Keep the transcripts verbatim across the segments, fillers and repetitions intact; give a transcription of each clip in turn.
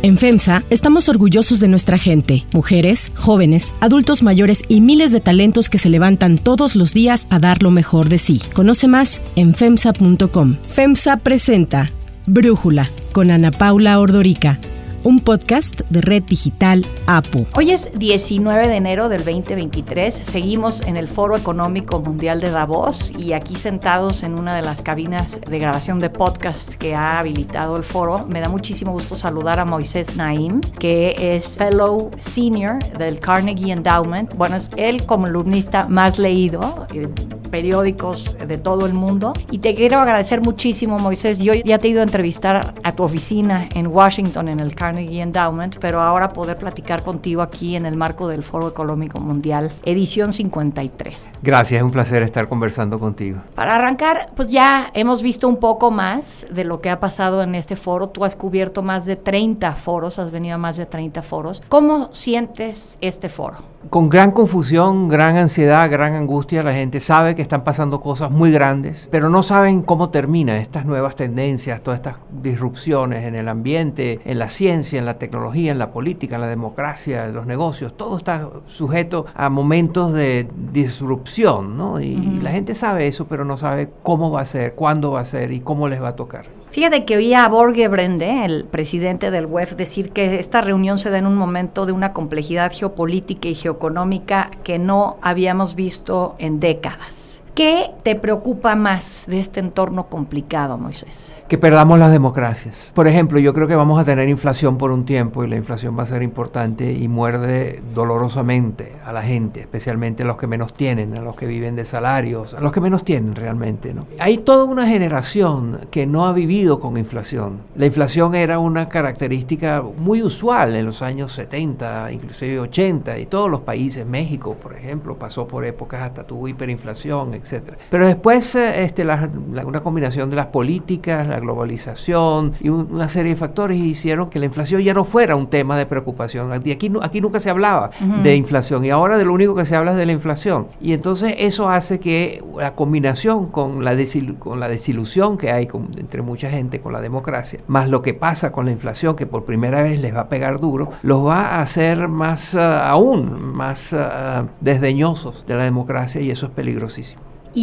En FEMSA estamos orgullosos de nuestra gente, mujeres, jóvenes, adultos mayores y miles de talentos que se levantan todos los días a dar lo mejor de sí. Conoce más en femsa punto com. FEMSA presenta Brújula con Ana Paula Ordorica, un podcast de Red Digital A P U. Hoy es diecinueve de enero del veinte veintitrés, seguimos en el Foro Económico Mundial de Davos y aquí sentados en una de las cabinas de grabación de podcast que ha habilitado el foro, me da muchísimo gusto saludar a Moisés Naim, que es Fellow Senior del Carnegie Endowment. Bueno, es el columnista más leído en periódicos de todo el mundo. Y te quiero agradecer muchísimo, Moisés. Yo ya te he ido a entrevistar a tu oficina en Washington, en el Carnegie Endowment, pero ahora poder platicar contigo aquí en el marco del Foro Económico Mundial, edición cincuenta y tres. Gracias, es un placer estar conversando contigo. Para arrancar, pues ya hemos visto un poco más de lo que ha pasado en este foro. Tú has cubierto más de treinta foros, has venido a más de treinta foros. ¿Cómo sientes este foro? Con gran confusión, gran ansiedad, gran angustia. La gente sabe que están pasando cosas muy grandes, pero no saben cómo terminan estas nuevas tendencias, todas estas disrupciones en el ambiente, en la ciencia, en la tecnología, en la política, en la democracia, en los negocios. Todo está sujeto a momentos de disrupción, ¿no? Y, uh-huh. y la gente sabe eso, pero no sabe cómo va a ser, cuándo va a ser y cómo les va a tocar. Fíjate que oía a Borge Brende, el presidente del W E F, decir que esta reunión se da en un momento de una complejidad geopolítica y geoeconómica que no habíamos visto en décadas. ¿Qué te preocupa más de este entorno complicado, Moisés? Que perdamos las democracias. Por ejemplo, yo creo que vamos a tener inflación por un tiempo y la inflación va a ser importante y muerde dolorosamente a la gente, especialmente a los que menos tienen, a los que viven de salarios, a los que menos tienen realmente, ¿no? Hay toda una generación que no ha vivido con inflación. La inflación era una característica muy usual en los años setenta, inclusive ochenta, y todos los países, México, por ejemplo, pasó por épocas hasta tuvo hiperinflación, etcétera. Pero después este, la, la, una combinación de las políticas, la globalización y un, una serie de factores hicieron que la inflación ya no fuera un tema de preocupación. Aquí, aquí, aquí nunca se hablaba uh-huh. de inflación y ahora de lo único que se habla es de la inflación. Y entonces eso hace que la combinación con la, desil, con la desilusión que hay con, entre mucha gente con la democracia, más lo que pasa con la inflación, que por primera vez les va a pegar duro, los va a hacer más uh, aún más uh, desdeñosos de la democracia y eso es peligrosísimo.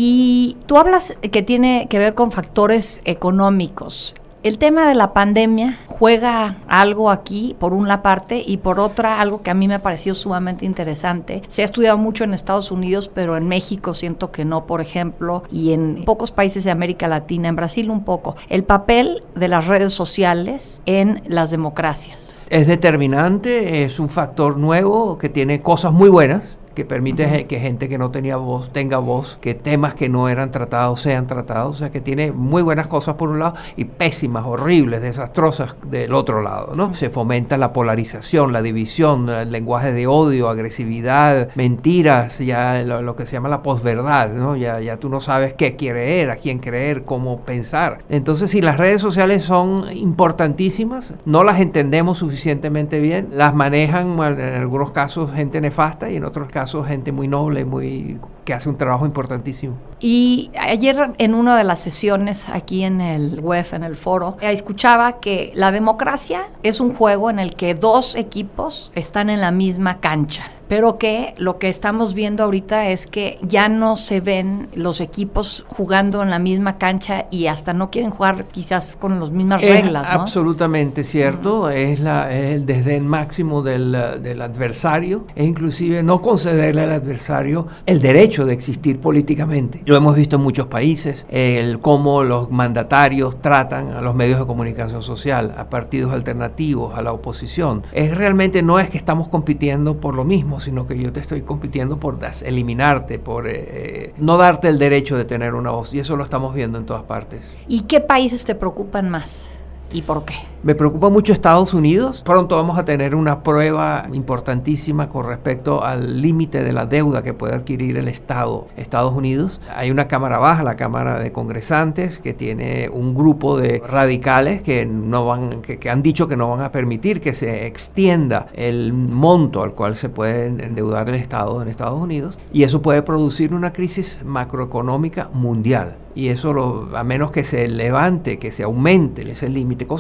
Y tú hablas que tiene que ver con factores económicos. El tema de la pandemia juega algo aquí, por una parte, y por otra, algo que a mí me ha parecido sumamente interesante. Se ha estudiado mucho en Estados Unidos, pero en México siento que no, por ejemplo, y en pocos países de América Latina, en Brasil un poco. El papel de las redes sociales en las democracias. Es determinante, es un factor nuevo que tiene cosas muy buenas, que permite uh-huh. que gente que no tenía voz tenga voz, que temas que no eran tratados sean tratados, o sea que tiene muy buenas cosas por un lado y pésimas, horribles, desastrosas del otro lado, ¿no? Uh-huh. Se fomenta la polarización, la división, el lenguaje de odio, agresividad, mentiras, ya lo, lo que se llama la posverdad, ¿no? Ya, ya tú no sabes qué creer, a quién creer, cómo pensar. Entonces, si las redes sociales son importantísimas, no las entendemos suficientemente bien, las manejan en algunos casos gente nefasta y en otros casos gente muy noble, muy que hace un trabajo importantísimo. Y ayer en una de las sesiones aquí en el W E F, en el foro, escuchaba que la democracia es un juego en el que dos equipos están en la misma cancha, pero que lo que estamos viendo ahorita es que ya no se ven los equipos jugando en la misma cancha y hasta no quieren jugar quizás con las mismas es reglas, ¿no? Absolutamente cierto, uh-huh. es, la, es el desdén máximo del, del adversario, es inclusive no concederle al adversario el derecho de existir políticamente. Lo hemos visto en muchos países, el cómo los mandatarios tratan a los medios de comunicación social, a partidos alternativos, a la oposición. Es realmente no es que estamos compitiendo por lo mismo, sino que yo te estoy compitiendo por das, eliminarte, por eh, no darte el derecho de tener una voz, y eso lo estamos viendo en todas partes. ¿Y qué países te preocupan más? ¿Y por qué? Me preocupa mucho Estados Unidos. Pronto vamos a tener una prueba importantísima con respecto al límite de la deuda que puede adquirir el Estado, Estados Unidos. Hay una cámara baja, la Cámara de Congresantes, que tiene un grupo de radicales que no van, que, que han dicho que no van a permitir que se extienda el monto al cual se puede endeudar el Estado en Estados Unidos, y eso puede producir una crisis macroeconómica mundial. Y eso, lo, a menos que se levante, que se aumente ese límite, cosa que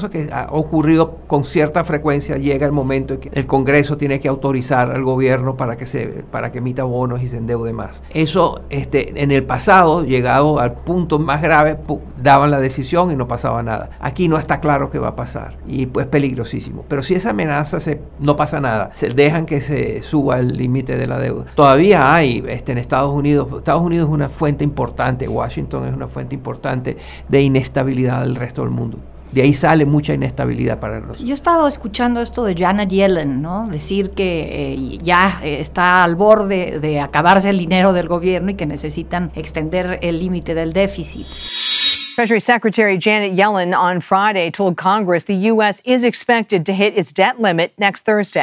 ocurrido con cierta frecuencia, llega el momento en que el Congreso tiene que autorizar al gobierno para que se para que emita bonos y se endeude más. Eso este, en el pasado, llegado al punto más grave, pu- daban la decisión y no pasaba nada. Aquí no está claro qué va a pasar y pues peligrosísimo. Pero si esa amenaza se, no pasa nada, se dejan que se suba el límite de la deuda. Todavía hay este, en Estados Unidos, Estados Unidos es una fuente importante, Washington es una fuente importante de inestabilidad del resto del mundo. De ahí sale mucha inestabilidad para nosotros. Yo he estado escuchando esto de Janet Yellen, ¿no? Decir que eh, ya eh, está al borde de acabarse el dinero del gobierno y que necesitan extender el límite del déficit. Treasury Secretary Janet Yellen on Friday told Congress the U S is expected to hit its debt limit next Thursday.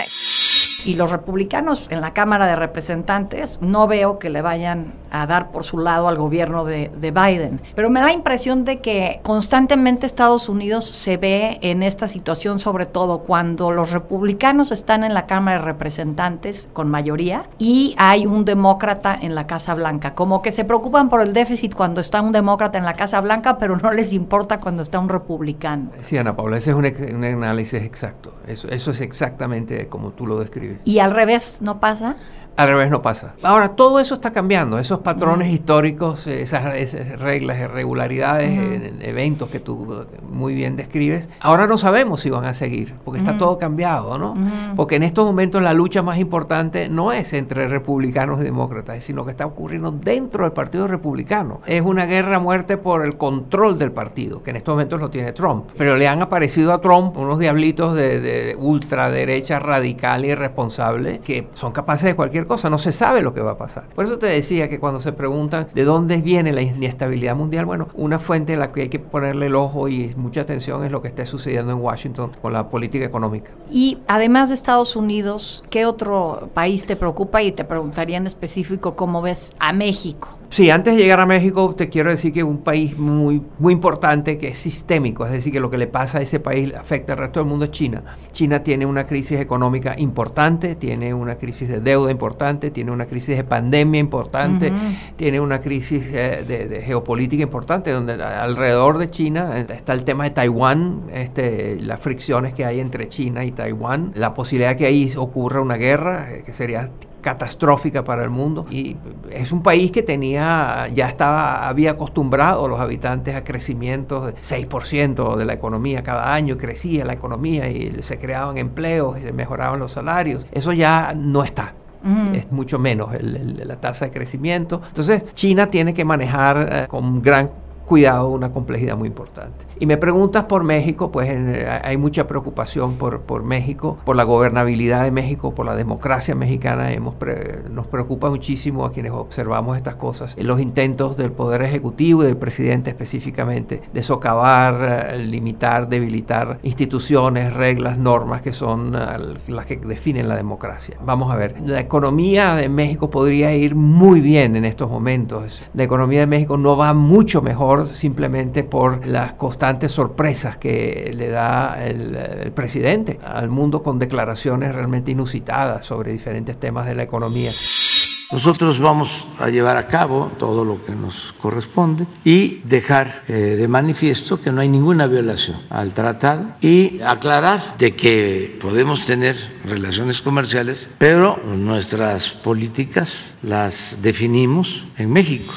Y los republicanos en la Cámara de Representantes no veo que le vayan a dar por su lado al gobierno de, de Biden. Pero me da la impresión de que constantemente Estados Unidos se ve en esta situación, sobre todo cuando los republicanos están en la Cámara de Representantes con mayoría y hay un demócrata en la Casa Blanca. Como que se preocupan por el déficit cuando está un demócrata en la Casa Blanca, pero no les importa cuando está un republicano. Sí, Ana Paula, ese es un, ex- un análisis exacto. Eso, eso es exactamente como tú lo describes. ¿Y al revés no pasa? Al revés no pasa. Ahora, todo eso está cambiando. Esos patrones uh-huh. históricos, esas, esas reglas, irregularidades, uh-huh. eventos que tú muy bien describes, ahora no sabemos si van a seguir, porque uh-huh. está todo cambiado, ¿no? Uh-huh. Porque en estos momentos la lucha más importante no es entre republicanos y demócratas, sino que está ocurriendo dentro del Partido Republicano. Es una guerra a muerte por el control del partido, que en estos momentos lo tiene Trump. Pero le han aparecido a Trump unos diablitos de, de ultraderecha radical y irresponsable que son capaces de cualquier cosa, no se sabe lo que va a pasar. Por eso te decía que cuando se preguntan de dónde viene la inestabilidad mundial, bueno, una fuente en la que hay que ponerle el ojo y mucha atención es lo que está sucediendo en Washington con la política económica. Y además de Estados Unidos, ¿qué otro país te preocupa? Y te preguntaría en específico cómo ves a México. Sí, antes de llegar a México te quiero decir que un país muy, muy importante que es sistémico, es decir, que lo que le pasa a ese país afecta al resto del mundo es China. China tiene una crisis económica importante, tiene una crisis de deuda importante, tiene una crisis de pandemia importante, uh-huh. tiene una crisis eh, de, de geopolítica importante, donde alrededor de China está el tema de Taiwán, este, las fricciones que hay entre China y Taiwán, la posibilidad que ahí ocurra una guerra, eh, que sería catastrófica para el mundo, y es un país que tenía, ya estaba, había acostumbrado a los habitantes a crecimientos de seis por ciento de la economía cada año, crecía la economía y se creaban empleos y se mejoraban los salarios. Eso ya no está. Uh-huh. Es mucho menos el, el, la tasa de crecimiento. Entonces China tiene que manejar eh, con gran cuidado, una complejidad muy importante. Y me preguntas por México, pues eh, hay mucha preocupación por, por México, por la gobernabilidad de México, por la democracia mexicana. Hemos pre, nos preocupa muchísimo a quienes observamos estas cosas, en los intentos del Poder Ejecutivo y del presidente específicamente de socavar, eh, limitar, debilitar instituciones, reglas, normas que son uh, las que definen la democracia. Vamos a ver, la economía de México podría ir muy bien en estos momentos. La economía de México no va mucho mejor simplemente por las constantes sorpresas que le da el, el presidente al mundo con declaraciones realmente inusitadas sobre diferentes temas de la economía. Nosotros vamos a llevar a cabo todo lo que nos corresponde y dejar eh, de manifiesto que no hay ninguna violación al tratado y aclarar de que podemos tener relaciones comerciales, pero nuestras políticas las definimos en México.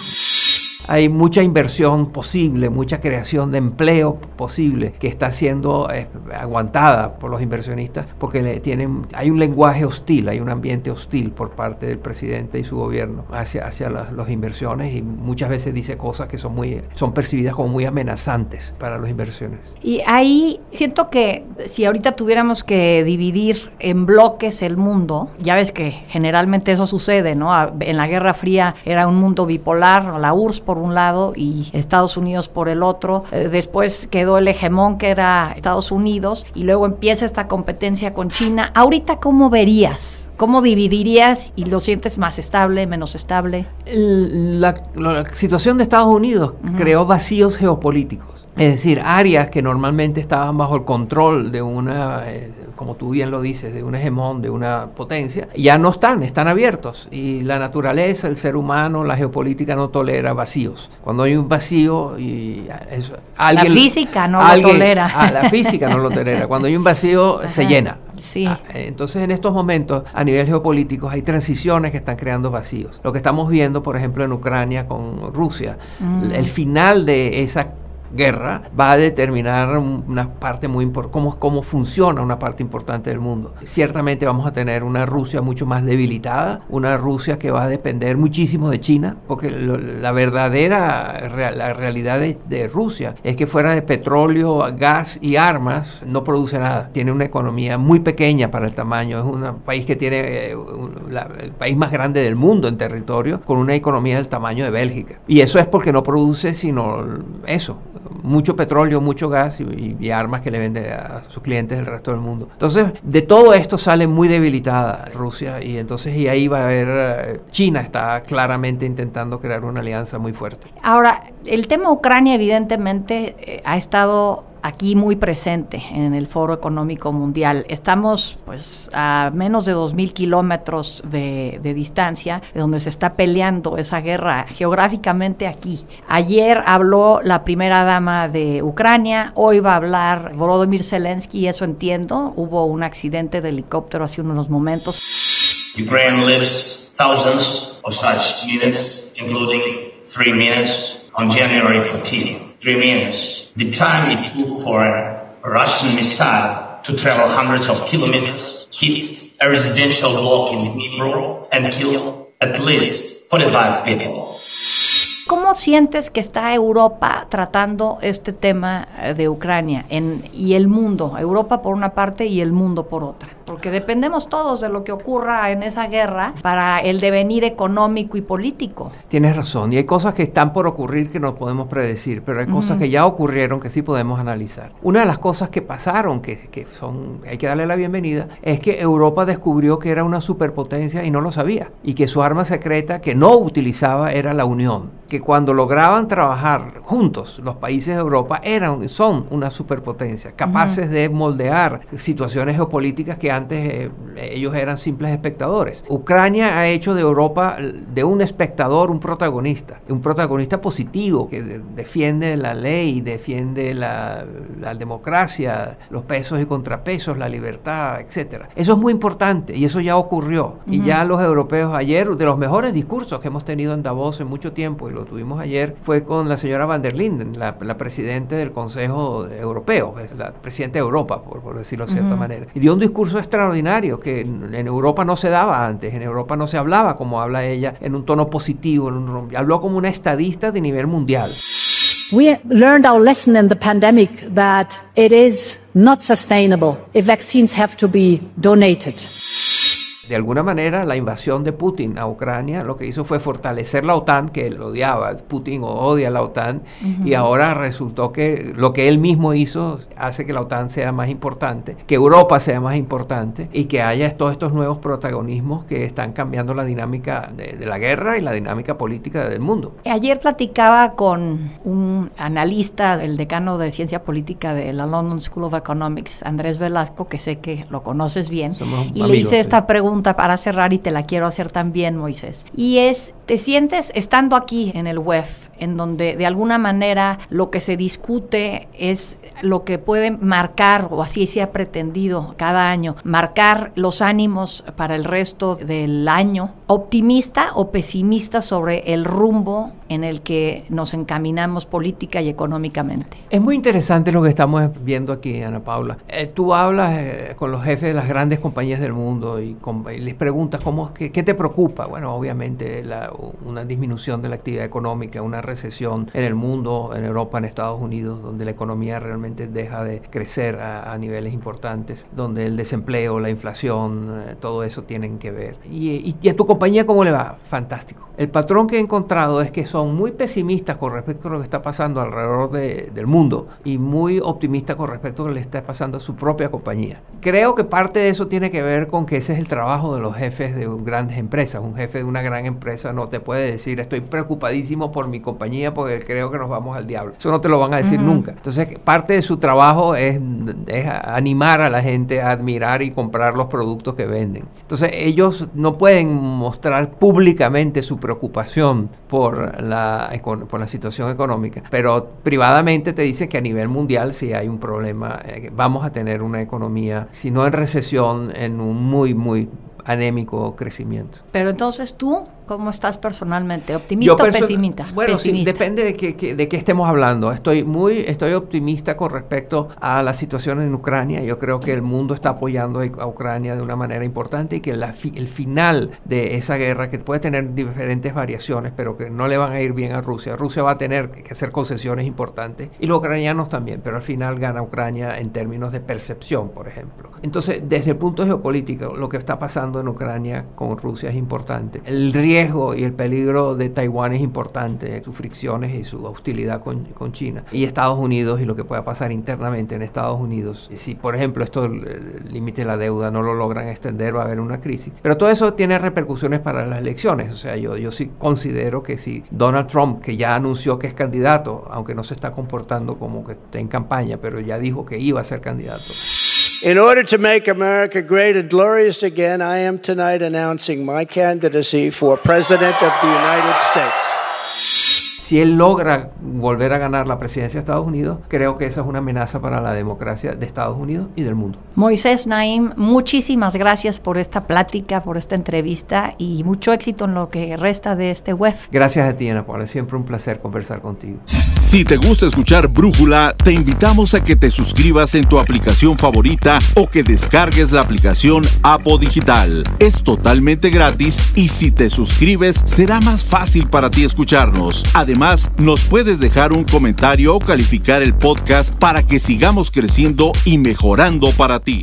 Hay mucha inversión posible, mucha creación de empleo posible que está siendo eh, aguantada por los inversionistas porque le tienen, hay un lenguaje hostil, hay un ambiente hostil por parte del presidente y su gobierno hacia, hacia las, las inversiones, y muchas veces dice cosas que son, muy, son percibidas como muy amenazantes para las inversiones. Y ahí siento que si ahorita tuviéramos que dividir en bloques el mundo, ya ves que generalmente eso sucede, ¿no? En la Guerra Fría era un mundo bipolar, la U R S S por un lado y Estados Unidos por el otro. Eh, después quedó el hegemón que era Estados Unidos y luego empieza esta competencia con China. Ahorita, ¿cómo verías? ¿Cómo dividirías y lo sientes más estable, menos estable? La, la situación de Estados Unidos uh-huh. creó vacíos geopolíticos. Es decir, áreas que normalmente estaban bajo el control de una, eh, como tú bien lo dices, de un hegemón, de una potencia, ya no están, están abiertos. Y la naturaleza, el ser humano, la geopolítica no tolera vacíos. Cuando hay un vacío y eso, alguien, la física no alguien, lo tolera. Ah, la física no lo tolera. Cuando hay un vacío, ajá, se llena. Sí. Ah, entonces, en estos momentos, a nivel geopolítico, hay transiciones que están creando vacíos. Lo que estamos viendo, por ejemplo, en Ucrania con Rusia, mm. el final de esa guerra va a determinar una parte muy importante, cómo, cómo funciona una parte importante del mundo. Ciertamente vamos a tener una Rusia mucho más debilitada, una Rusia que va a depender muchísimo de China, porque lo, la verdadera real, la realidad de, de Rusia es que fuera de petróleo, gas y armas no produce nada. Tiene una economía muy pequeña para el tamaño, es un país que tiene eh, un, la, el país más grande del mundo en territorio, con una economía del tamaño de Bélgica. Y eso es porque no produce sino eso, mucho petróleo, mucho gas y, y armas que le vende a sus clientes del resto del mundo. Entonces, de todo esto sale muy debilitada Rusia y entonces y ahí va a haber, China está claramente intentando crear una alianza muy fuerte. Ahora, el tema Ucrania evidentemente eh, ha estado aquí muy presente en el Foro Económico Mundial. Estamos pues a menos de dos mil kilómetros de, de distancia de donde se está peleando esa guerra geográficamente aquí. Ayer habló la primera dama de Ucrania, hoy va a hablar Volodymyr Zelensky, eso entiendo. Hubo un accidente de helicóptero hace unos momentos. Ukraine lives thousands of such minutes, including three minutes on January fourteenth. Three minutes. The time it took for a Russian missile to travel hundreds of kilometers, hit a residential block in Dnipro and kill at least forty-five people. ¿Cómo sientes que está Europa tratando este tema de Ucrania en, y el mundo? Europa por una parte y el mundo por otra. Porque dependemos todos de lo que ocurra en esa guerra para el devenir económico y político. Tienes razón, y hay cosas que están por ocurrir que no podemos predecir, pero hay uh-huh. cosas que ya ocurrieron que sí podemos analizar. Una de las cosas que pasaron, que, que son, hay que darle la bienvenida, es que Europa descubrió que era una superpotencia y no lo sabía, y que su arma secreta que no utilizaba era la unión, que cuando lograban trabajar juntos los países de Europa eran, son una superpotencia, capaces uh-huh. de moldear situaciones geopolíticas que antes eh, ellos eran simples espectadores. Ucrania ha hecho de Europa, de un espectador, un protagonista, un protagonista positivo que de, defiende la ley, defiende la, la democracia, los pesos y contrapesos, la libertad, etcétera. Eso es muy importante y eso ya ocurrió. Uh-huh. Y ya los europeos ayer, de los mejores discursos que hemos tenido en Davos en mucho tiempo, y lo tuvimos ayer, fue con la señora van der Linden, la, la presidenta del Consejo Europeo, la presidenta de Europa, por, por decirlo de cierta uh-huh. manera. Y dio un discurso extraordinario que en, en Europa no se daba antes, en Europa no se hablaba como habla ella, en un tono positivo, en un, habló como una estadista de nivel mundial. We learned our lesson in the pandemic that it is not sustainable if vaccines have to be donated. De alguna manera, la invasión de Putin a Ucrania lo que hizo fue fortalecer la OTAN, que él odiaba, Putin odia la OTAN, uh-huh. y ahora resultó que lo que él mismo hizo hace que la OTAN sea más importante, que Europa sea más importante, y que haya todos estos nuevos protagonismos que están cambiando la dinámica de, de la guerra y la dinámica política del mundo. Ayer platicaba con un analista, el decano de Ciencia Política de la London School of Economics, Andrés Velasco, que sé que lo conoces bien, Somos y amigos, le hice esta pregunta para cerrar y te la quiero hacer también, Moisés. Y es, ¿te sientes estando aquí en el W E F, en donde de alguna manera lo que se discute es lo que puede marcar, o así se ha pretendido cada año, marcar los ánimos para el resto del año, optimista o pesimista sobre el rumbo en el que nos encaminamos política y económicamente? Es muy interesante lo que estamos viendo aquí, Ana Paula. Eh, tú hablas eh, con los jefes de las grandes compañías del mundo y, con, y les preguntas cómo, qué, qué te preocupa. Bueno, obviamente la, una disminución de la actividad económica, una recesión en el mundo, en Europa, en Estados Unidos, donde la economía realmente deja de crecer a, a niveles importantes, donde el desempleo, la inflación, eh, todo eso tienen que ver. Y, y, y a tu compañía, ¿cómo le va? Fantástico. El patrón que he encontrado es que son muy pesimistas con respecto a lo que está pasando alrededor de, del mundo y muy optimistas con respecto a lo que le está pasando a su propia compañía. creo que parte de eso tiene que ver con que ese es el trabajo de los jefes de grandes empresas. Un jefe de una gran empresa no te puede decir, estoy preocupadísimo por mi compañía porque creo que nos vamos al diablo. Eso no te lo van a decir uh-huh. nunca. Entonces, parte de su trabajo es, es animar a la gente a admirar y comprar los productos que venden. Entonces, ellos no pueden mostrar públicamente su preocupación por la, por la situación económica, pero privadamente te dicen que a nivel mundial sí hay un problema. Eh, vamos a tener una economía, si no en recesión, en un muy, muy anémico crecimiento. Pero entonces tú, ¿cómo estás personalmente? ¿Optimista perso- o pesimista? Bueno, pesimista. Sí, depende de, que, que, de qué estemos hablando. Estoy muy estoy optimista con respecto a la situación en Ucrania. Yo creo que el mundo está apoyando a Ucrania de una manera importante y que la fi- el final de esa guerra, que puede tener diferentes variaciones, pero que no le van a ir bien a Rusia. Rusia va a tener que hacer concesiones importantes y los ucranianos también, pero al final gana Ucrania en términos de percepción, por ejemplo. Entonces, desde el punto geopolítico, lo que está pasando en Ucrania con Rusia es importante. El riesgo y el peligro de Taiwán es importante, sus fricciones y su hostilidad con, con China. Y Estados Unidos y lo que pueda pasar internamente en Estados Unidos. Si, por ejemplo, esto, el límite de la deuda no lo logran extender, va a haber una crisis. Pero todo eso tiene repercusiones para las elecciones. O sea, yo, yo sí considero que si Donald Trump, que ya anunció que es candidato, aunque no se está comportando como que está en campaña, pero ya dijo que iba a ser candidato. In order to make America great and glorious again, I am tonight announcing my candidacy for President of the United States. Si él logra volver a ganar la presidencia de Estados Unidos, creo que esa es una amenaza para la democracia de Estados Unidos y del mundo. Moisés Naim, muchísimas gracias por esta plática, por esta entrevista y mucho éxito en lo que resta de este W E F. Gracias a ti, Ana Paula. Es siempre un placer conversar contigo. Si te gusta escuchar Brújula, te invitamos a que te suscribas en tu aplicación favorita o que descargues la aplicación Apo Digital. Es totalmente gratis y si te suscribes será más fácil para ti escucharnos. Además, nos puedes dejar un comentario o calificar el podcast para que sigamos creciendo y mejorando para ti.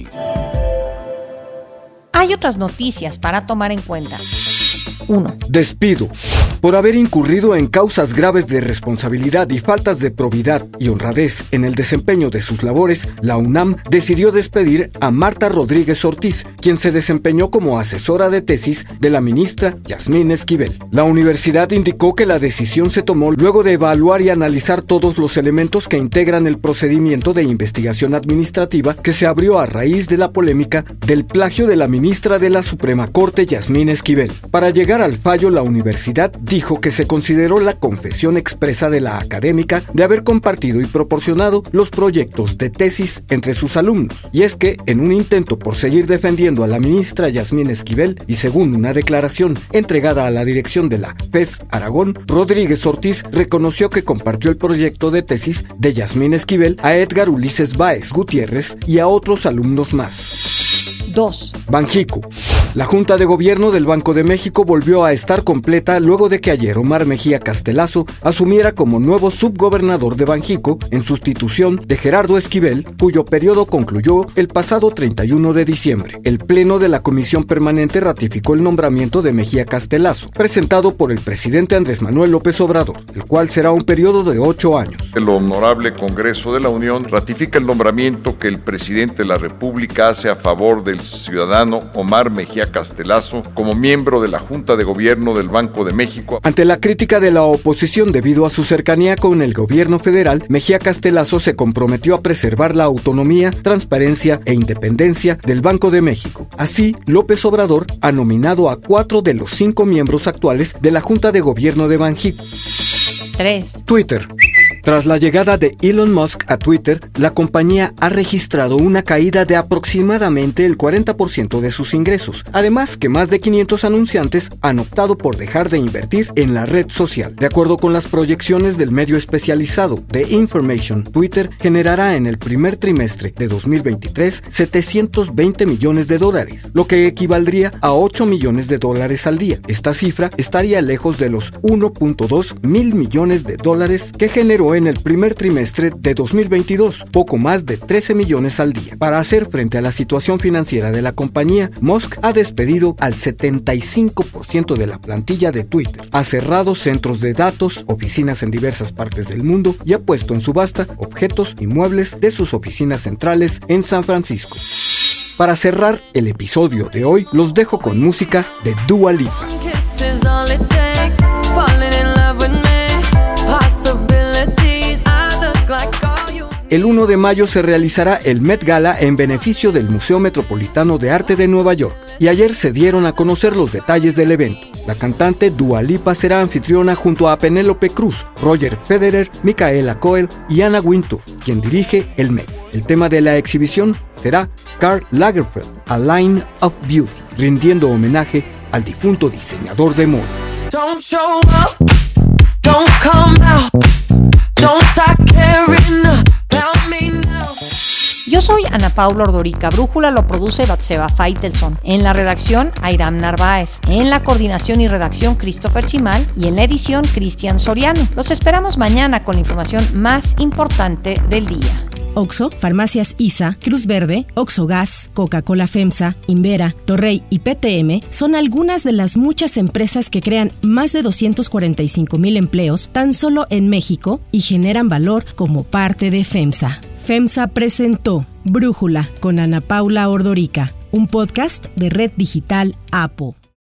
Hay otras noticias para tomar en cuenta. uno. Despido. Por haber incurrido en causas graves de responsabilidad y faltas de probidad y honradez en el desempeño de sus labores, la UNAM decidió despedir a Marta Rodríguez Ortiz, quien se desempeñó como asesora de tesis de la ministra Yasmín Esquivel. La universidad indicó que la decisión se tomó luego de evaluar y analizar todos los elementos que integran el procedimiento de investigación administrativa que se abrió a raíz de la polémica del plagio de la ministra de la Suprema Corte, Yasmín Esquivel. Para llegar al fallo, la universidad dijo que se consideró la confesión expresa de la académica de haber compartido y proporcionado los proyectos de tesis entre sus alumnos. Y es que, en un intento por seguir defendiendo a la ministra Yasmín Esquivel, y según una declaración entregada a la dirección de la F E S Aragón, Rodríguez Ortiz reconoció que compartió el proyecto de tesis de Yasmín Esquivel a Edgar Ulises Báez Gutiérrez y a otros alumnos más. dos. Banjico. La Junta de Gobierno del Banco de México volvió a estar completa luego de que ayer Omar Mejía Castelazo asumiera como nuevo subgobernador de Banjico en sustitución de Gerardo Esquivel, cuyo periodo concluyó el pasado treinta y uno de diciembre. El Pleno de la Comisión Permanente ratificó el nombramiento de Mejía Castelazo, presentado por el presidente Andrés Manuel López Obrador, el cual será un periodo de ocho años. El Honorable Congreso de la Unión ratifica el nombramiento que el presidente de la República hace a favor del ciudadano Omar Mejía Castelazo como miembro de la Junta de Gobierno del Banco de México. Ante la crítica de la oposición debido a su cercanía con el gobierno federal, Mejía Castelazo se comprometió a preservar la autonomía, transparencia e independencia del Banco de México. Así, López Obrador ha nominado a cuatro de los cinco miembros actuales de la Junta de Gobierno de Banjico. tres. Twitter. Tras la llegada de Elon Musk a Twitter, la compañía ha registrado una caída de aproximadamente el cuarenta por ciento de sus ingresos. Además, que más de quinientos anunciantes han optado por dejar de invertir en la red social. De acuerdo con las proyecciones del medio especializado The Information, Twitter generará en el primer trimestre de dos mil veintitrés setecientos veinte millones de dólares, lo que equivaldría a ocho millones de dólares al día. Esta cifra estaría lejos de los uno punto dos mil millones de dólares que generó en el primer trimestre de dos mil veintidós, poco más de trece millones al día. Para hacer frente a la situación financiera de la compañía, Musk ha despedido al setenta y cinco por ciento de la plantilla de Twitter, ha cerrado centros de datos, oficinas en diversas partes del mundo y ha puesto en subasta objetos y muebles de sus oficinas centrales en San Francisco. Para cerrar el episodio de hoy, los dejo con música de Dua Lipa. El uno de mayo se realizará el Met Gala en beneficio del Museo Metropolitano de Arte de Nueva York, y ayer se dieron a conocer los detalles del evento. La cantante Dua Lipa será anfitriona junto a Penélope Cruz, Roger Federer, Micaela Coel y Anna Wintour, quien dirige el Met. El tema de la exhibición será Karl Lagerfeld, A Line of Beauty, rindiendo homenaje al difunto diseñador de moda. Don't show up, don't come out, don't start caring about me now. Yo soy Ana Paula Ordorica. Brújula lo produce Batseba Faitelson. En la redacción, Airam Narváez. En la coordinación y redacción, Christopher Chimal. Y en la edición, Cristian Soriano. Los esperamos mañana con la información más importante del día. Oxxo, Farmacias I S A, Cruz Verde, Oxxo Gas, Coca-Cola FEMSA, Invera, Torrey y P T M son algunas de las muchas empresas que crean más de doscientos cuarenta y cinco mil empleos tan solo en México y generan valor como parte de FEMSA. FEMSA presentó Brújula con Ana Paula Ordorica, un podcast de Red Digital APO.